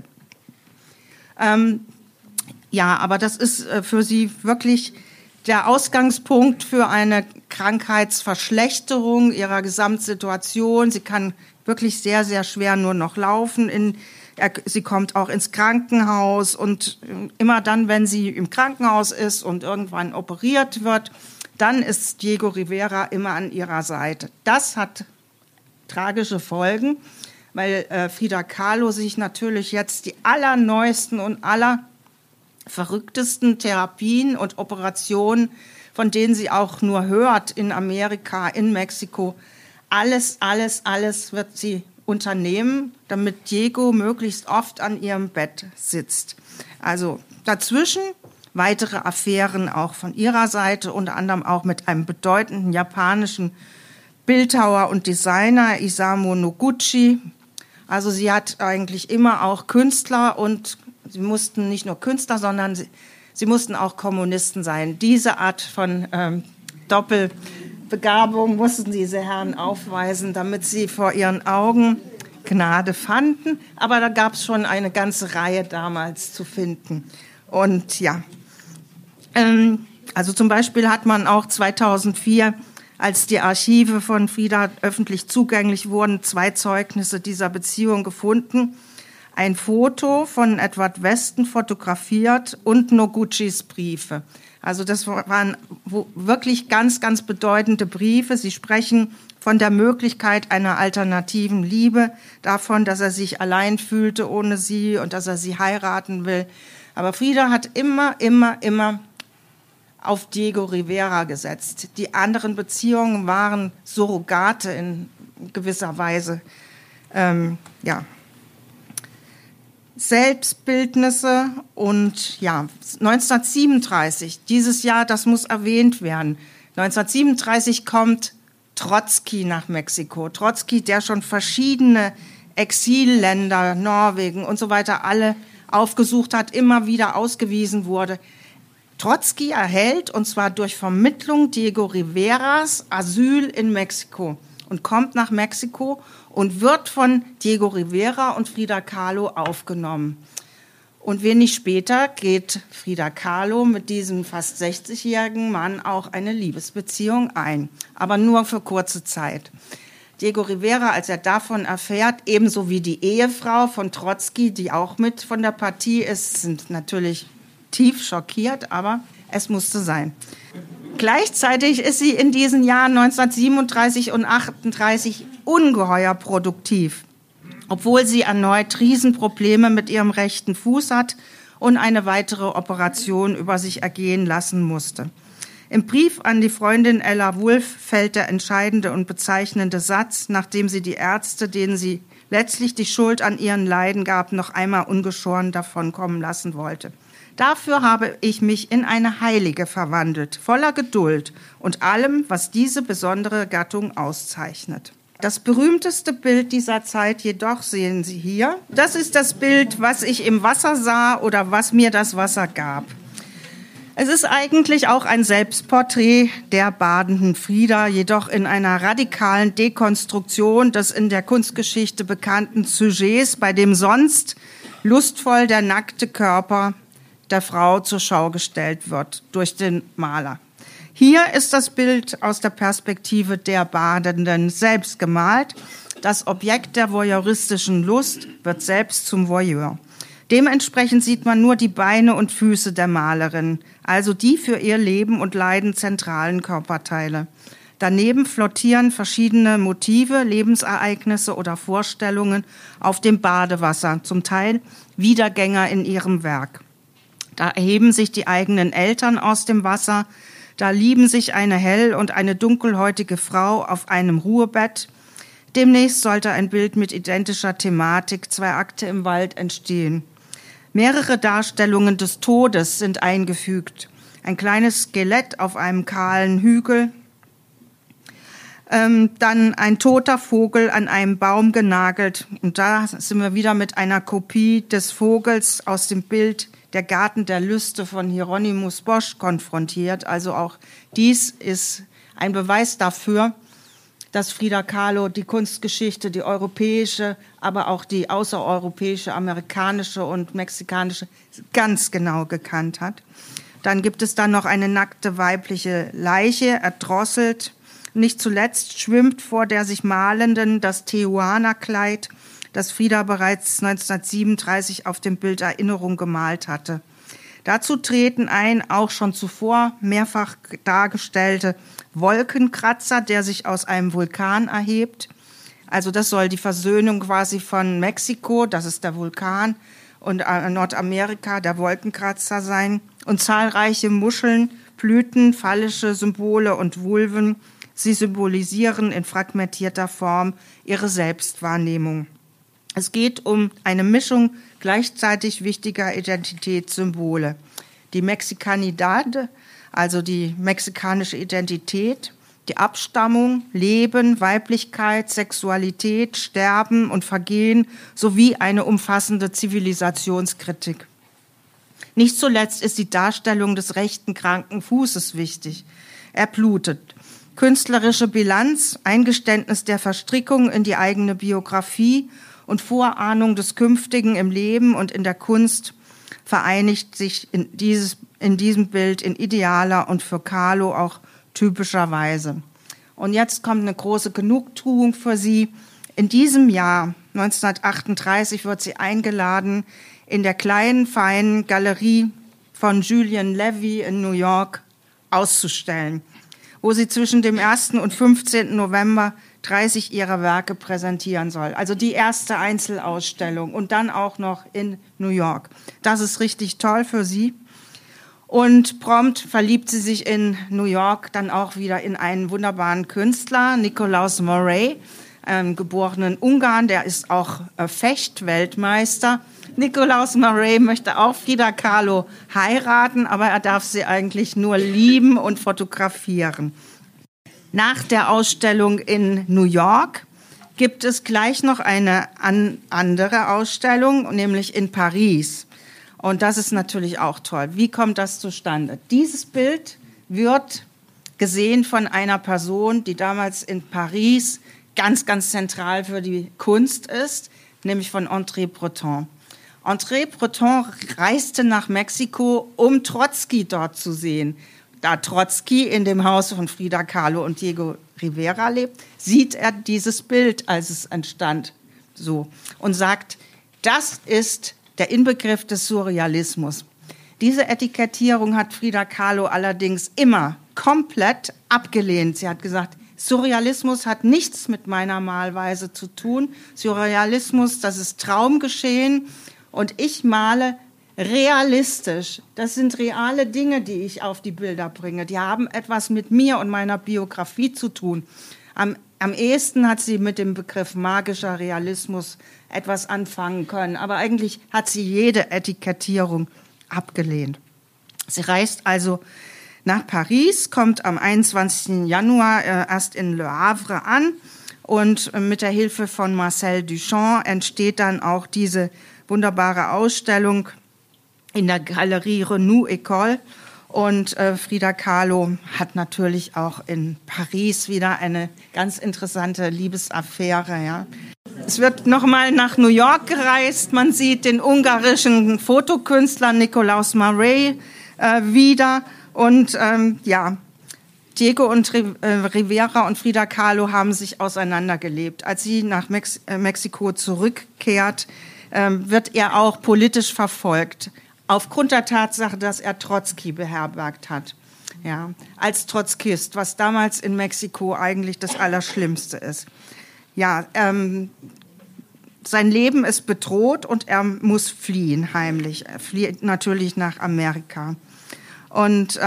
Aber das ist für sie wirklich der Ausgangspunkt für eine Krankheitsverschlechterung ihrer Gesamtsituation. Sie kann wirklich sehr, sehr schwer nur noch laufen. Sie kommt auch ins Krankenhaus und immer dann, wenn sie im Krankenhaus ist und irgendwann operiert wird, dann ist Diego Rivera immer an ihrer Seite. Das hat tragische Folgen, weil Frida Kahlo sich natürlich jetzt die allerneuesten und verrücktesten Therapien und Operationen, von denen sie auch nur hört in Amerika, in Mexiko, alles wird sie unternehmen, damit Diego möglichst oft an ihrem Bett sitzt. Also dazwischen weitere Affären auch von ihrer Seite, unter anderem auch mit einem bedeutenden japanischen Bildhauer und Designer, Isamu Noguchi. Also sie hat eigentlich immer auch Künstler und sie mussten nicht nur Künstler, sondern sie mussten auch Kommunisten sein. Diese Art von Doppelbegabung mussten diese Herren aufweisen, damit sie vor ihren Augen Gnade fanden. Aber da gab es schon eine ganze Reihe damals zu finden. Und also zum Beispiel hat man auch 2004, als die Archive von Frida öffentlich zugänglich wurden, 2 Zeugnisse dieser Beziehung gefunden. Ein Foto von Edward Weston fotografiert und Noguchis Briefe. Also das waren wirklich ganz, ganz bedeutende Briefe. Sie sprechen von der Möglichkeit einer alternativen Liebe, davon, dass er sich allein fühlte ohne sie und dass er sie heiraten will. Aber Frida hat immer auf Diego Rivera gesetzt. Die anderen Beziehungen waren Surrogate in gewisser Weise. Selbstbildnisse und 1937, dieses Jahr, das muss erwähnt werden. 1937 kommt Trotzki nach Mexiko. Trotzki, der schon verschiedene Exilländer, Norwegen und so weiter alle aufgesucht hat, immer wieder ausgewiesen wurde. Trotzki erhält, und zwar durch Vermittlung Diego Riveras, Asyl in Mexiko und kommt nach Mexiko und wird von Diego Rivera und Frida Kahlo aufgenommen. Und wenig später geht Frida Kahlo mit diesem fast 60-jährigen Mann auch eine Liebesbeziehung ein, aber nur für kurze Zeit. Diego Rivera, als er davon erfährt, ebenso wie die Ehefrau von Trotzki, die auch mit von der Partie ist, sind natürlich tief schockiert, aber es musste sein. Gleichzeitig ist sie in diesen Jahren 1937 und 1938 ungeheuer produktiv, obwohl sie erneut Riesenprobleme mit ihrem rechten Fuß hat und eine weitere Operation über sich ergehen lassen musste. Im Brief an die Freundin Ella Wolf fällt der entscheidende und bezeichnende Satz, nachdem sie die Ärzte, denen sie letztlich die Schuld an ihren Leiden gab, noch einmal ungeschoren davonkommen lassen wollte. Dafür habe ich mich in eine Heilige verwandelt, voller Geduld und allem, was diese besondere Gattung auszeichnet. Das berühmteste Bild dieser Zeit jedoch sehen Sie hier. Das ist das Bild, was ich im Wasser sah oder was mir das Wasser gab. Es ist eigentlich auch ein Selbstporträt der badenden Frida, jedoch in einer radikalen Dekonstruktion des in der Kunstgeschichte bekannten Sujets, bei dem sonst lustvoll der nackte Körper der Frau zur Schau gestellt wird durch den Maler. Hier ist das Bild aus der Perspektive der Badenden selbst gemalt. Das Objekt der voyeuristischen Lust wird selbst zum Voyeur. Dementsprechend sieht man nur die Beine und Füße der Malerin, also die für ihr Leben und Leiden zentralen Körperteile. Daneben flottieren verschiedene Motive, Lebensereignisse oder Vorstellungen auf dem Badewasser, zum Teil Wiedergänger in ihrem Werk. Da erheben sich die eigenen Eltern aus dem Wasser, da lieben sich eine hell- und eine dunkelhäutige Frau auf einem Ruhebett. Demnächst sollte ein Bild mit identischer Thematik, 2 Akte im Wald, entstehen. Mehrere Darstellungen des Todes sind eingefügt. Ein kleines Skelett auf einem kahlen Hügel, dann ein toter Vogel an einem Baum genagelt. Und da sind wir wieder mit einer Kopie des Vogels aus dem Bild Der Garten der Lüste von Hieronymus Bosch konfrontiert. Also auch dies ist ein Beweis dafür, dass Frida Kahlo die Kunstgeschichte, die europäische, aber auch die außereuropäische, amerikanische und mexikanische ganz genau gekannt hat. Dann gibt es dann noch eine nackte weibliche Leiche, erdrosselt. Nicht zuletzt schwimmt vor der sich Malenden das Tijuana-Kleid, das Frida bereits 1937 auf dem Bild Erinnerung gemalt hatte. Dazu treten ein auch schon zuvor mehrfach dargestellte Wolkenkratzer, der sich aus einem Vulkan erhebt. Also das soll die Versöhnung quasi von Mexiko, das ist der Vulkan, und Nordamerika, der Wolkenkratzer sein. Und zahlreiche Muscheln, Blüten, phallische Symbole und Vulven, sie symbolisieren in fragmentierter Form ihre Selbstwahrnehmung. Es geht um eine Mischung gleichzeitig wichtiger Identitätssymbole. Die Mexikanidad, also die mexikanische Identität, die Abstammung, Leben, Weiblichkeit, Sexualität, Sterben und Vergehen sowie eine umfassende Zivilisationskritik. Nicht zuletzt ist die Darstellung des rechten kranken Fußes wichtig. Er blutet. Künstlerische Bilanz, Eingeständnis der Verstrickung in die eigene Biografie und Vorahnung des Künftigen im Leben und in der Kunst vereinigt sich in diesem Bild in idealer und für Kahlo auch typischer Weise. Und jetzt kommt eine große Genugtuung für sie. In diesem Jahr, 1938, wird sie eingeladen, in der kleinen, feinen Galerie von Julien Levy in New York auszustellen, wo sie zwischen dem 1. und 15. November 30 ihrer Werke präsentieren soll. Also die erste Einzelausstellung und dann auch noch in New York. Das ist richtig toll für sie. Und prompt verliebt sie sich in New York dann auch wieder in einen wunderbaren Künstler, Nikolaus Moray, geborenen Ungarn, der ist auch Fechtweltmeister. Nikolaus Moray möchte auch Frida Kahlo heiraten, aber er darf sie eigentlich nur lieben und fotografieren. Nach der Ausstellung in New York gibt es gleich noch eine andere Ausstellung, nämlich in Paris. Und das ist natürlich auch toll. Wie kommt das zustande? Dieses Bild wird gesehen von einer Person, die damals in Paris ganz, ganz zentral für die Kunst ist, nämlich von André Breton. André Breton reiste nach Mexiko, um Trotzki dort zu sehen. Da Trotzki in dem Haus von Frida Kahlo und Diego Rivera lebt, sieht er dieses Bild, als es entstand, so und sagt, das ist der Inbegriff des Surrealismus. Diese Etikettierung hat Frida Kahlo allerdings immer komplett abgelehnt. Sie hat gesagt, Surrealismus hat nichts mit meiner Malweise zu tun. Surrealismus, das ist Traumgeschehen und ich male realistisch. Das sind reale Dinge, die ich auf die Bilder bringe. Die haben etwas mit mir und meiner Biografie zu tun. Am Am ehesten hat sie mit dem Begriff magischer Realismus etwas anfangen können, aber eigentlich hat sie jede Etikettierung abgelehnt. Sie reist also nach Paris, kommt am 21. Januar erst in Le Havre an und mit der Hilfe von Marcel Duchamp entsteht dann auch diese wunderbare Ausstellung in der Galerie Renou École. Und Frida Kahlo hat natürlich auch in Paris wieder eine ganz interessante Liebesaffäre. Ja. Es wird nochmal nach New York gereist. Man sieht den ungarischen Fotokünstler Nikolaus Marais wieder. Und Diego und Rivera und Frida Kahlo haben sich auseinandergelebt. Als sie nach Mexiko zurückkehrt, wird er auch politisch verfolgt. Aufgrund der Tatsache, dass er Trotzki beherbergt hat, ja, als Trotzkist, was damals in Mexiko eigentlich das Allerschlimmste ist. Ja, sein Leben ist bedroht und er muss fliehen, heimlich. Er flieht natürlich nach Amerika. Und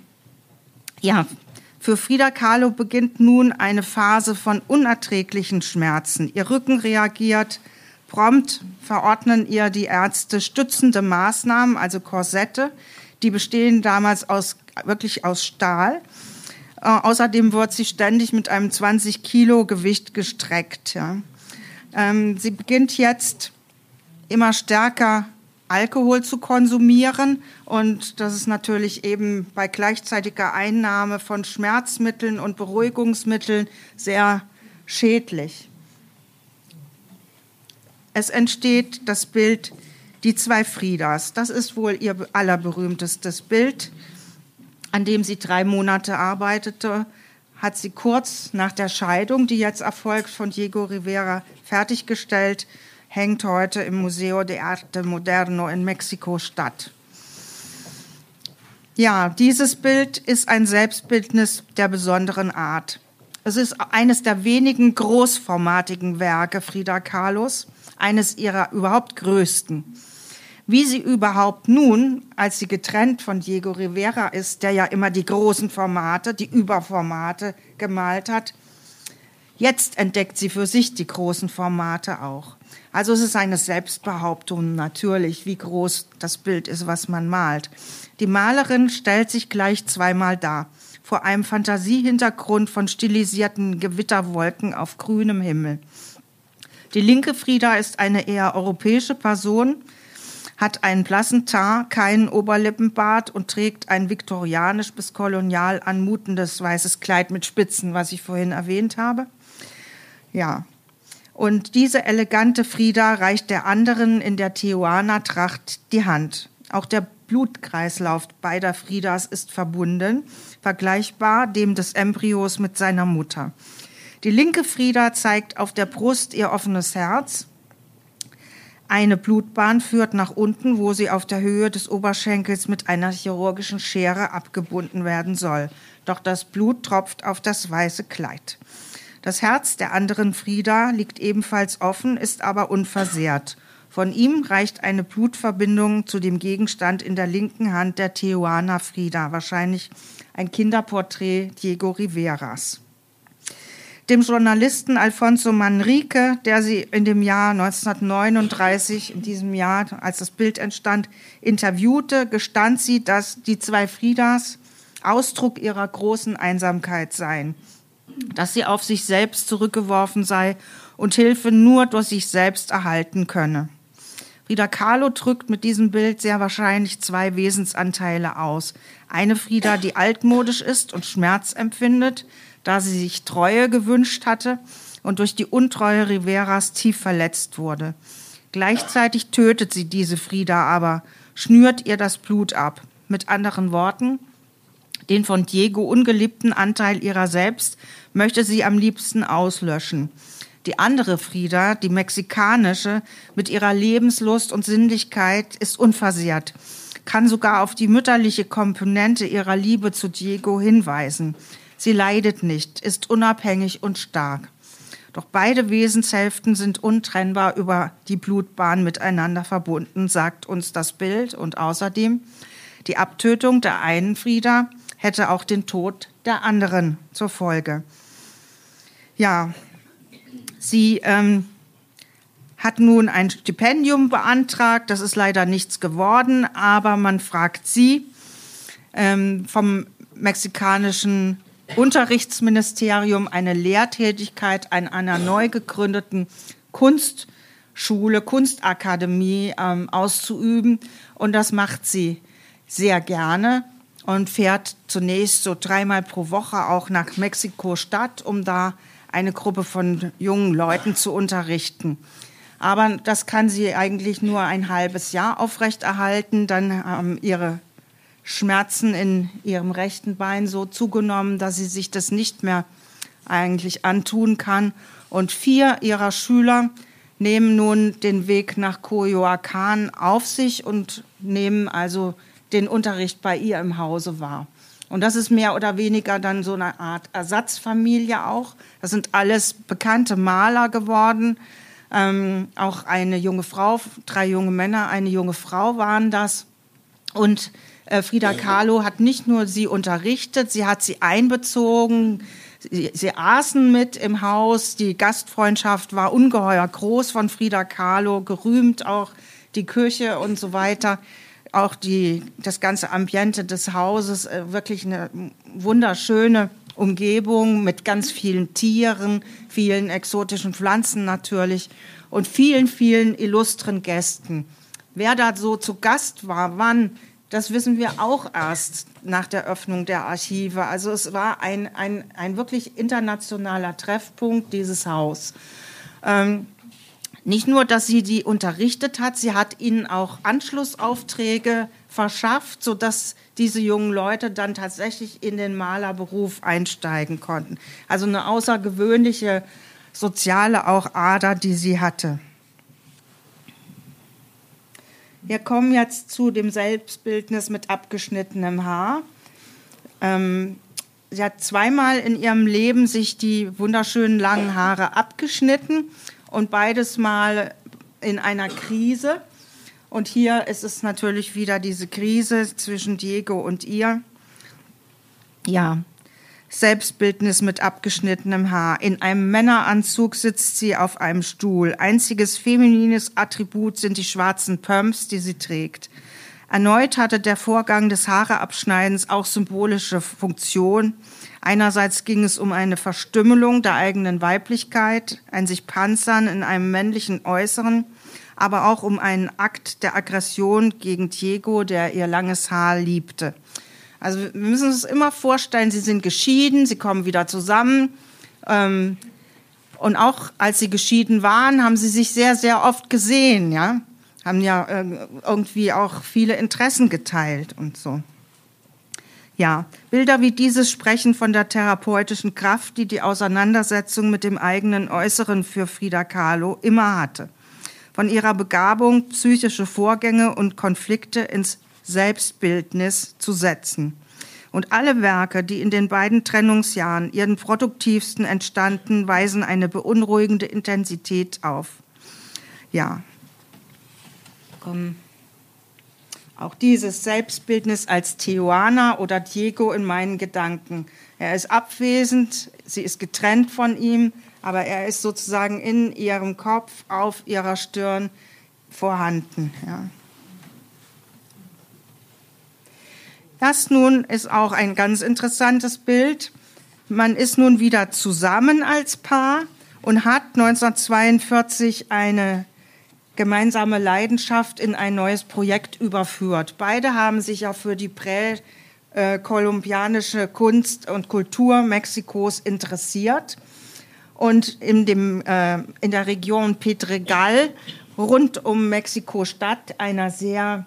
für Frida Kahlo beginnt nun eine Phase von unerträglichen Schmerzen. Ihr Rücken reagiert. Prompt verordnen ihr die Ärzte stützende Maßnahmen, also Korsette. Die bestehen damals wirklich aus Stahl. Außerdem wird sie ständig mit einem 20 Kilo Gewicht gestreckt. Ja. Sie beginnt jetzt immer stärker Alkohol zu konsumieren und das ist natürlich eben bei gleichzeitiger Einnahme von Schmerzmitteln und Beruhigungsmitteln sehr schädlich. Es entsteht das Bild Die zwei Fridas. Das ist wohl ihr allerberühmtestes Bild, an dem sie 3 Monate arbeitete, hat sie kurz nach der Scheidung, die jetzt erfolgt, von Diego Rivera fertiggestellt, hängt heute im Museo de Arte Moderno in Mexiko-Stadt. Ja, dieses Bild ist ein Selbstbildnis der besonderen Art. Es ist eines der wenigen großformatigen Werke Frida Kahlos, eines ihrer überhaupt größten. Wie sie überhaupt nun, als sie getrennt von Diego Rivera ist, der ja immer die großen Formate, die Überformate gemalt hat, jetzt entdeckt sie für sich die großen Formate auch. Also es ist eine Selbstbehauptung natürlich, wie groß das Bild ist, was man malt. Die Malerin stellt sich gleich zweimal dar, vor einem Fantasiehintergrund von stilisierten Gewitterwolken auf grünem Himmel. Die linke Frida ist eine eher europäische Person, hat einen blassen Teint, keinen Oberlippenbart und trägt ein viktorianisch bis kolonial anmutendes weißes Kleid mit Spitzen, was ich vorhin erwähnt habe. Ja, und diese elegante Frida reicht der anderen in der Tijuana-Tracht die Hand. Auch der Blutkreislauf beider Fridas ist verbunden, vergleichbar dem des Embryos mit seiner Mutter. Die linke Frida zeigt auf der Brust ihr offenes Herz. Eine Blutbahn führt nach unten, wo sie auf der Höhe des Oberschenkels mit einer chirurgischen Schere abgebunden werden soll. Doch das Blut tropft auf das weiße Kleid. Das Herz der anderen Frida liegt ebenfalls offen, ist aber unversehrt. Von ihm reicht eine Blutverbindung zu dem Gegenstand in der linken Hand der Tijuana Frida, wahrscheinlich ein Kinderporträt Diego Riveras. Dem Journalisten Alfonso Manrique, der sie in dem Jahr 1939, in diesem Jahr, als das Bild entstand, interviewte, gestand sie, dass die zwei Fridas Ausdruck ihrer großen Einsamkeit seien, dass sie auf sich selbst zurückgeworfen sei und Hilfe nur durch sich selbst erhalten könne. Frida Kahlo drückt mit diesem Bild sehr wahrscheinlich 2 Wesensanteile aus. Eine Frida, die altmodisch ist und Schmerz empfindet, da sie sich Treue gewünscht hatte und durch die Untreue Riveras tief verletzt wurde. Gleichzeitig tötet sie diese Frida aber, schnürt ihr das Blut ab. Mit anderen Worten, den von Diego ungeliebten Anteil ihrer selbst möchte sie am liebsten auslöschen. Die andere Frida, die mexikanische, mit ihrer Lebenslust und Sinnlichkeit, ist unversehrt, kann sogar auf die mütterliche Komponente ihrer Liebe zu Diego hinweisen. Sie leidet nicht, ist unabhängig und stark. Doch beide Wesenshälften sind untrennbar über die Blutbahn miteinander verbunden, sagt uns das Bild. Und außerdem, die Abtötung der einen Frida hätte auch den Tod der anderen zur Folge. Ja, sie hat nun ein Stipendium beantragt. Das ist leider nichts geworden, aber man fragt sie vom mexikanischen Unterrichtsministerium eine Lehrtätigkeit an einer neu gegründeten Kunstschule, Kunstakademie auszuüben. Und das macht sie sehr gerne und fährt zunächst so 3-mal pro Woche auch nach Mexiko-Stadt, um da eine Gruppe von jungen Leuten zu unterrichten. Aber das kann sie eigentlich nur ein halbes Jahr aufrechterhalten. Dann haben ihre Schmerzen in ihrem rechten Bein so zugenommen, dass sie sich das nicht mehr eigentlich antun kann. Und 4 ihrer Schüler nehmen nun den Weg nach Coyoacán auf sich und nehmen also den Unterricht bei ihr im Hause wahr. Und das ist mehr oder weniger dann so eine Art Ersatzfamilie auch. Das sind alles bekannte Maler geworden. Auch eine junge Frau, 3 junge Männer, eine junge Frau waren das. Und Frida Kahlo hat nicht nur sie unterrichtet, sie hat sie einbezogen. Sie aßen mit im Haus. Die Gastfreundschaft war ungeheuer groß von Frida Kahlo, gerühmt auch die Küche und so weiter. Auch das ganze Ambiente des Hauses, wirklich eine wunderschöne Umgebung mit ganz vielen Tieren, vielen exotischen Pflanzen natürlich und vielen, vielen illustren Gästen. Wer da so zu Gast war, wann, das wissen wir auch erst nach der Öffnung der Archive. Also es war ein wirklich internationaler Treffpunkt, dieses Haus. Nicht nur, dass sie die unterrichtet hat, sie hat ihnen auch Anschlussaufträge verschafft, sodass diese jungen Leute dann tatsächlich in den Malerberuf einsteigen konnten. Also eine außergewöhnliche soziale auch Ader, die sie hatte. Wir kommen jetzt zu dem Selbstbildnis mit abgeschnittenem Haar. Sie hat 2-mal in ihrem Leben sich die wunderschönen langen Haare abgeschnitten und beides Mal in einer Krise. Und hier ist es natürlich wieder diese Krise zwischen Diego und ihr. Ja, Selbstbildnis mit abgeschnittenem Haar. In einem Männeranzug sitzt sie auf einem Stuhl. Einziges feminines Attribut sind die schwarzen Pumps, die sie trägt. Erneut hatte der Vorgang des Haareabschneidens auch symbolische Funktion. Einerseits ging es um eine Verstümmelung der eigenen Weiblichkeit, ein sich Panzern in einem männlichen Äußeren, aber auch um einen Akt der Aggression gegen Diego, der ihr langes Haar liebte. Also wir müssen uns immer vorstellen, sie sind geschieden, sie kommen wieder zusammen. Und auch als sie geschieden waren, haben sie sich sehr, sehr oft gesehen, ja, haben ja irgendwie auch viele Interessen geteilt und so. Ja, Bilder wie dieses sprechen von der therapeutischen Kraft, die die Auseinandersetzung mit dem eigenen Äußeren für Frida Kahlo immer hatte. Von ihrer Begabung, psychische Vorgänge und Konflikte ins Selbstbildnis zu setzen. Und alle Werke, die in den beiden Trennungsjahren, ihren produktivsten entstanden, weisen eine beunruhigende Intensität auf. Ja, auch dieses Selbstbildnis als Tijuana oder Diego in meinen Gedanken. Er ist abwesend, sie ist getrennt von ihm, aber er ist sozusagen in ihrem Kopf, auf ihrer Stirn vorhanden. Ja. Das nun ist auch ein ganz interessantes Bild. Man ist nun wieder zusammen als Paar und hat 1942 eine gemeinsame Leidenschaft in ein neues Projekt überführt. Beide haben sich ja für die präkolumbianische Kunst und Kultur Mexikos interessiert. Und in der Region Pedregal, rund um Mexiko-Stadt, einer sehr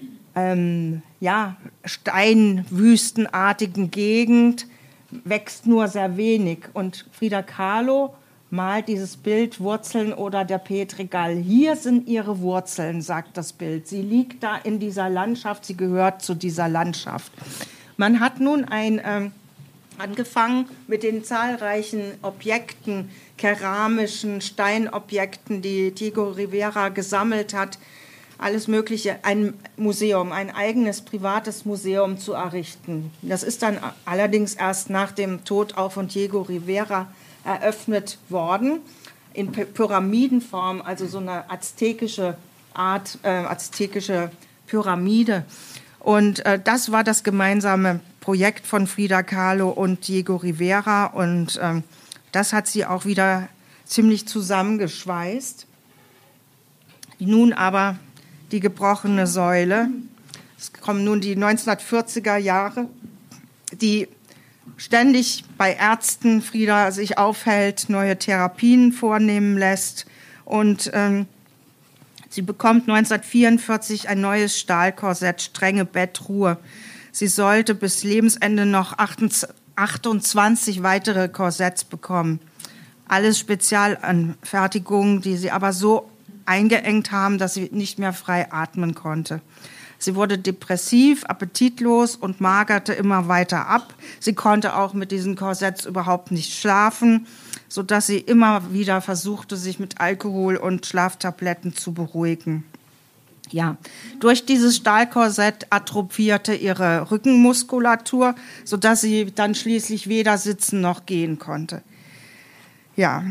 steinwüstenartigen Gegend, wächst nur sehr wenig. Und Frida Kahlo malt dieses Bild Wurzeln oder der Pedregal. Hier sind ihre Wurzeln, sagt das Bild. Sie liegt da in dieser Landschaft, sie gehört zu dieser Landschaft. Man hat nun angefangen mit den zahlreichen Objekten, keramischen Steinobjekten, die Diego Rivera gesammelt hat, alles Mögliche, ein Museum, ein eigenes privates Museum zu errichten. Das ist dann allerdings erst nach dem Tod auch von Diego Rivera eröffnet worden, in Pyramidenform, also so eine aztekische Art, aztekische Pyramide. Und das war das gemeinsame Projekt von Frida Kahlo und Diego Rivera. Und das hat sie auch wieder ziemlich zusammengeschweißt. Nun aber die gebrochene Säule. Es kommen nun die 1940er Jahre, die ständig bei Ärzten Frida sich aufhält, neue Therapien vornehmen lässt. Und sie bekommt 1944 ein neues Stahlkorsett, strenge Bettruhe. Sie sollte bis Lebensende noch 28 weitere Korsetts bekommen. Alles Spezialanfertigungen, die sie aber so eingeengt haben, dass sie nicht mehr frei atmen konnte. Sie wurde depressiv, appetitlos und magerte immer weiter ab. Sie konnte auch mit diesen Korsetts überhaupt nicht schlafen, sodass sie immer wieder versuchte, sich mit Alkohol und Schlaftabletten zu beruhigen. Ja, durch dieses Stahlkorsett atrophierte ihre Rückenmuskulatur, sodass sie dann schließlich weder sitzen noch gehen konnte. Ja,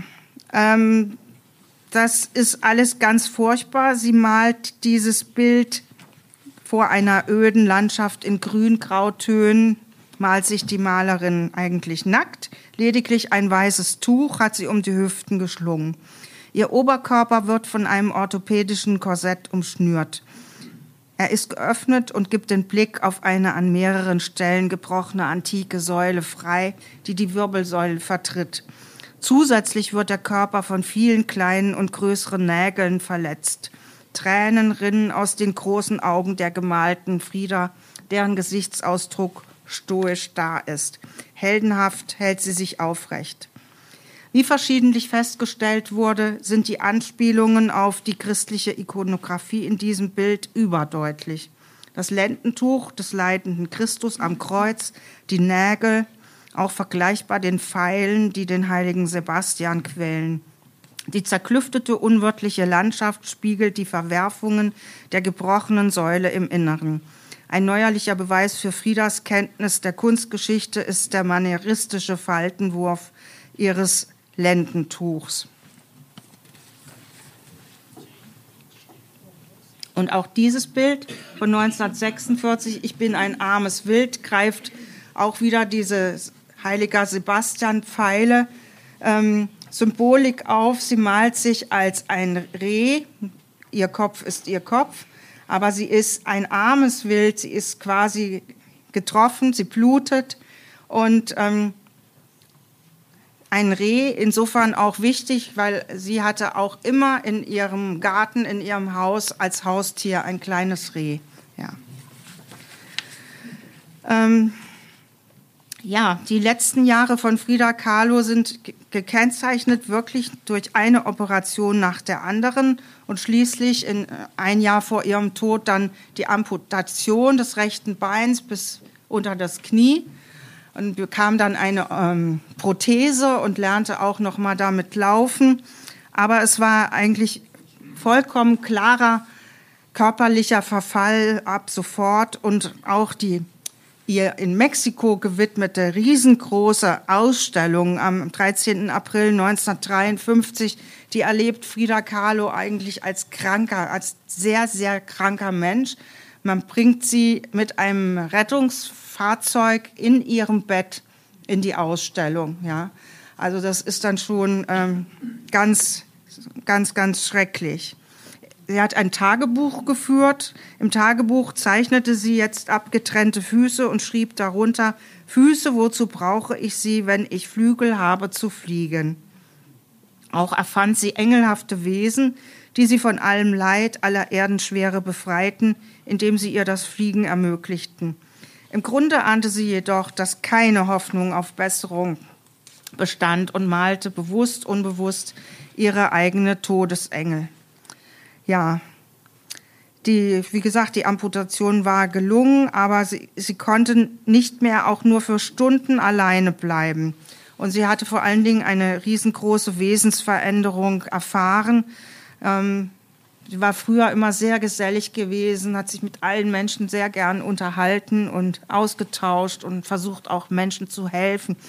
das ist alles ganz furchtbar. Sie malt dieses Bild vor einer öden Landschaft in Grün-Grautönen, malt sich die Malerin eigentlich nackt. Lediglich ein weißes Tuch hat sie um die Hüften geschlungen. Ihr Oberkörper wird von einem orthopädischen Korsett umschnürt. Er ist geöffnet und gibt den Blick auf eine an mehreren Stellen gebrochene antike Säule frei, die die Wirbelsäule vertritt. Zusätzlich wird der Körper von vielen kleinen und größeren Nägeln verletzt. Tränen rinnen aus den großen Augen der gemalten Frida, deren Gesichtsausdruck stoisch da ist. Heldenhaft hält sie sich aufrecht. Wie verschiedentlich festgestellt wurde, sind die Anspielungen auf die christliche Ikonografie in diesem Bild überdeutlich. Das Lendentuch des leidenden Christus am Kreuz, die Nägel, auch vergleichbar den Pfeilen, die den heiligen Sebastian quälen. Die zerklüftete, unwirtliche Landschaft spiegelt die Verwerfungen der gebrochenen Säule im Inneren. Ein neuerlicher Beweis für Fridas Kenntnis der Kunstgeschichte ist der manieristische Faltenwurf ihres Lendentuchs. Und auch dieses Bild von 1946, Ich bin ein armes Wild, greift auch wieder diese heiliger Sebastian-Pfeile Symbolik auf. Sie malt sich als ein Reh, ihr Kopf ist ihr Kopf, aber sie ist ein armes Wild, sie ist quasi getroffen, sie blutet und ein Reh insofern auch wichtig, weil sie hatte auch immer in ihrem Garten, in ihrem Haus als Haustier ein kleines Reh. Ja. Die letzten Jahre von Frida Kahlo sind gekennzeichnet wirklich durch eine Operation nach der anderen und schließlich ein Jahr vor ihrem Tod dann die Amputation des rechten Beins bis unter das Knie und bekam dann eine Prothese und lernte auch noch mal damit laufen. Aber es war eigentlich vollkommen klarer körperlicher Verfall ab sofort und auch die ihr in Mexiko gewidmete riesengroße Ausstellung am 13. April 1953, die erlebt Frida Kahlo eigentlich als sehr, sehr kranker Mensch. Man bringt sie mit einem Rettungsfahrzeug in ihrem Bett in die Ausstellung. Ja. Also das ist dann schon ganz, ganz, ganz schrecklich. Sie hat ein Tagebuch geführt. Im Tagebuch zeichnete sie jetzt abgetrennte Füße und schrieb darunter: Füße, wozu brauche ich sie, wenn ich Flügel habe zu fliegen? Auch erfand sie engelhafte Wesen, die sie von allem Leid, aller Erdenschwere befreiten, indem sie ihr das Fliegen ermöglichten. Im Grunde ahnte sie jedoch, dass keine Hoffnung auf Besserung bestand und malte bewusst, unbewusst ihre eigene Todesengel. Ja, wie gesagt, die Amputation war gelungen, aber sie konnte nicht mehr auch nur für Stunden alleine bleiben. Und sie hatte vor allen Dingen eine riesengroße Wesensveränderung erfahren. Sie war früher immer sehr gesellig gewesen, hat sich mit allen Menschen sehr gern unterhalten und ausgetauscht und versucht auch Menschen zu helfen.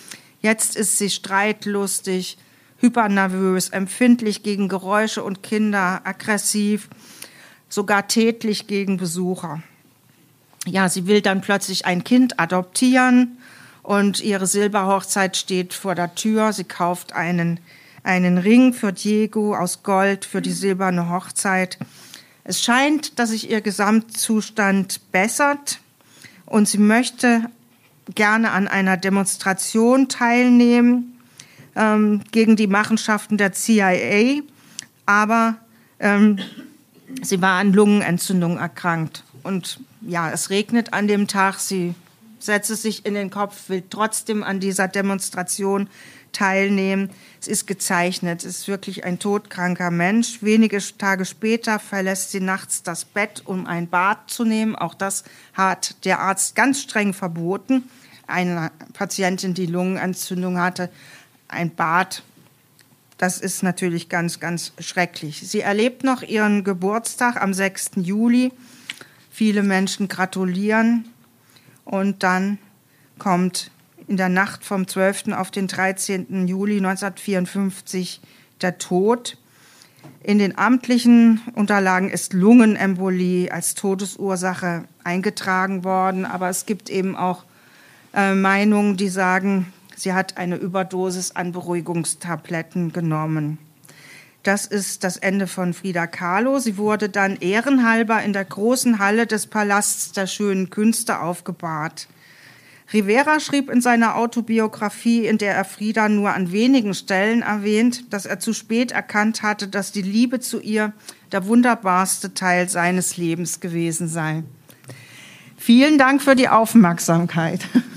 Jetzt ist sie streitlustig, hypernervös, empfindlich gegen Geräusche und Kinder, aggressiv, sogar tätlich gegen Besucher. Ja, sie will dann plötzlich ein Kind adoptieren und ihre Silberhochzeit steht vor der Tür. Sie kauft einen Ring für Diego aus Gold für die silberne Hochzeit. Es scheint, dass sich ihr Gesamtzustand bessert und sie möchte gerne an einer Demonstration teilnehmen gegen die Machenschaften der CIA, aber sie war an Lungenentzündung erkrankt. Und ja, es regnet an dem Tag. Sie setzt es sich in den Kopf, will trotzdem an dieser Demonstration teilnehmen. Es ist gezeichnet, es ist wirklich ein todkranker Mensch. Wenige Tage später verlässt sie nachts das Bett, um ein Bad zu nehmen. Auch das hat der Arzt ganz streng verboten. Eine Patientin, die Lungenentzündung hatte, ein Bad, das ist natürlich ganz, ganz schrecklich. Sie erlebt noch ihren Geburtstag am 6. Juli. Viele Menschen gratulieren. Und dann kommt in der Nacht vom 12. auf den 13. Juli 1954 der Tod. In den amtlichen Unterlagen ist Lungenembolie als Todesursache eingetragen worden, aber es gibt eben auch Meinungen, die sagen, sie hat eine Überdosis an Beruhigungstabletten genommen. Das ist das Ende von Frida Kahlo. Sie wurde dann ehrenhalber in der großen Halle des Palasts der schönen Künste aufgebahrt. Rivera schrieb in seiner Autobiografie, in der er Frida nur an wenigen Stellen erwähnt, dass er zu spät erkannt hatte, dass die Liebe zu ihr der wunderbarste Teil seines Lebens gewesen sei. Vielen Dank für die Aufmerksamkeit.